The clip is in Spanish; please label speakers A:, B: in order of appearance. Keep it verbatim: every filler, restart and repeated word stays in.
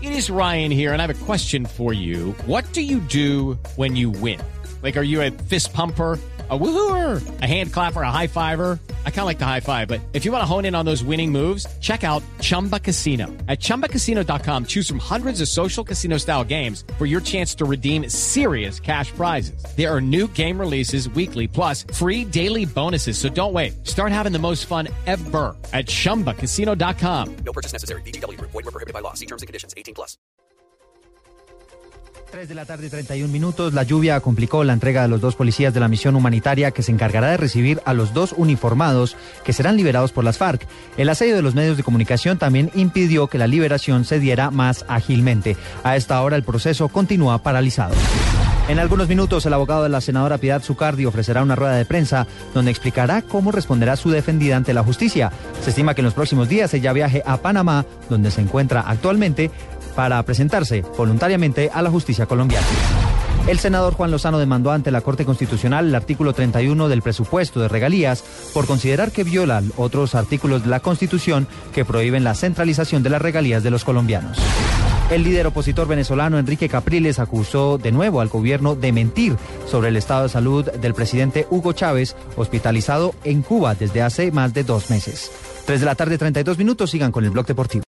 A: It is Ryan here, and I have a question for you. What do you do when you win? Like, are you a fist pumper, a woohooer, a hand clapper, a high fiver? I kind of like the high five, but if you want to hone in on those winning moves, check out Chumba Casino. At chumba casino dot com, choose from hundreds of social casino style games for your chance to redeem serious cash prizes. There are new game releases weekly, plus free daily bonuses. So don't wait. Start having the most fun ever at chumba casino dot com.
B: No purchase necessary. V G W Group. Void where prohibited by law. See terms and conditions. eighteen plus.
C: tres de la tarde, treinta y un minutos. La lluvia complicó la entrega de los dos policías de la misión humanitaria que se encargará de recibir a los dos uniformados que serán liberados por las FARC. El asedio de los medios de comunicación también impidió que la liberación se diera más ágilmente. A esta hora el proceso continúa paralizado. En algunos minutos, el abogado de la senadora Piedad Zucardi ofrecerá una rueda de prensa donde explicará cómo responderá su defendida ante la justicia. Se estima que en los próximos días ella viaje a Panamá, donde se encuentra actualmente, para presentarse voluntariamente a la justicia colombiana. El senador Juan Lozano demandó ante la Corte Constitucional el artículo treinta y uno del presupuesto de regalías por considerar que viola otros artículos de la Constitución que prohíben la centralización de las regalías de los colombianos. El líder opositor venezolano Enrique Capriles acusó de nuevo al gobierno de mentir sobre el estado de salud del presidente Hugo Chávez, hospitalizado en Cuba desde hace más de dos meses. tres de la tarde, treinta y dos minutos, sigan con el Blog Deportivo.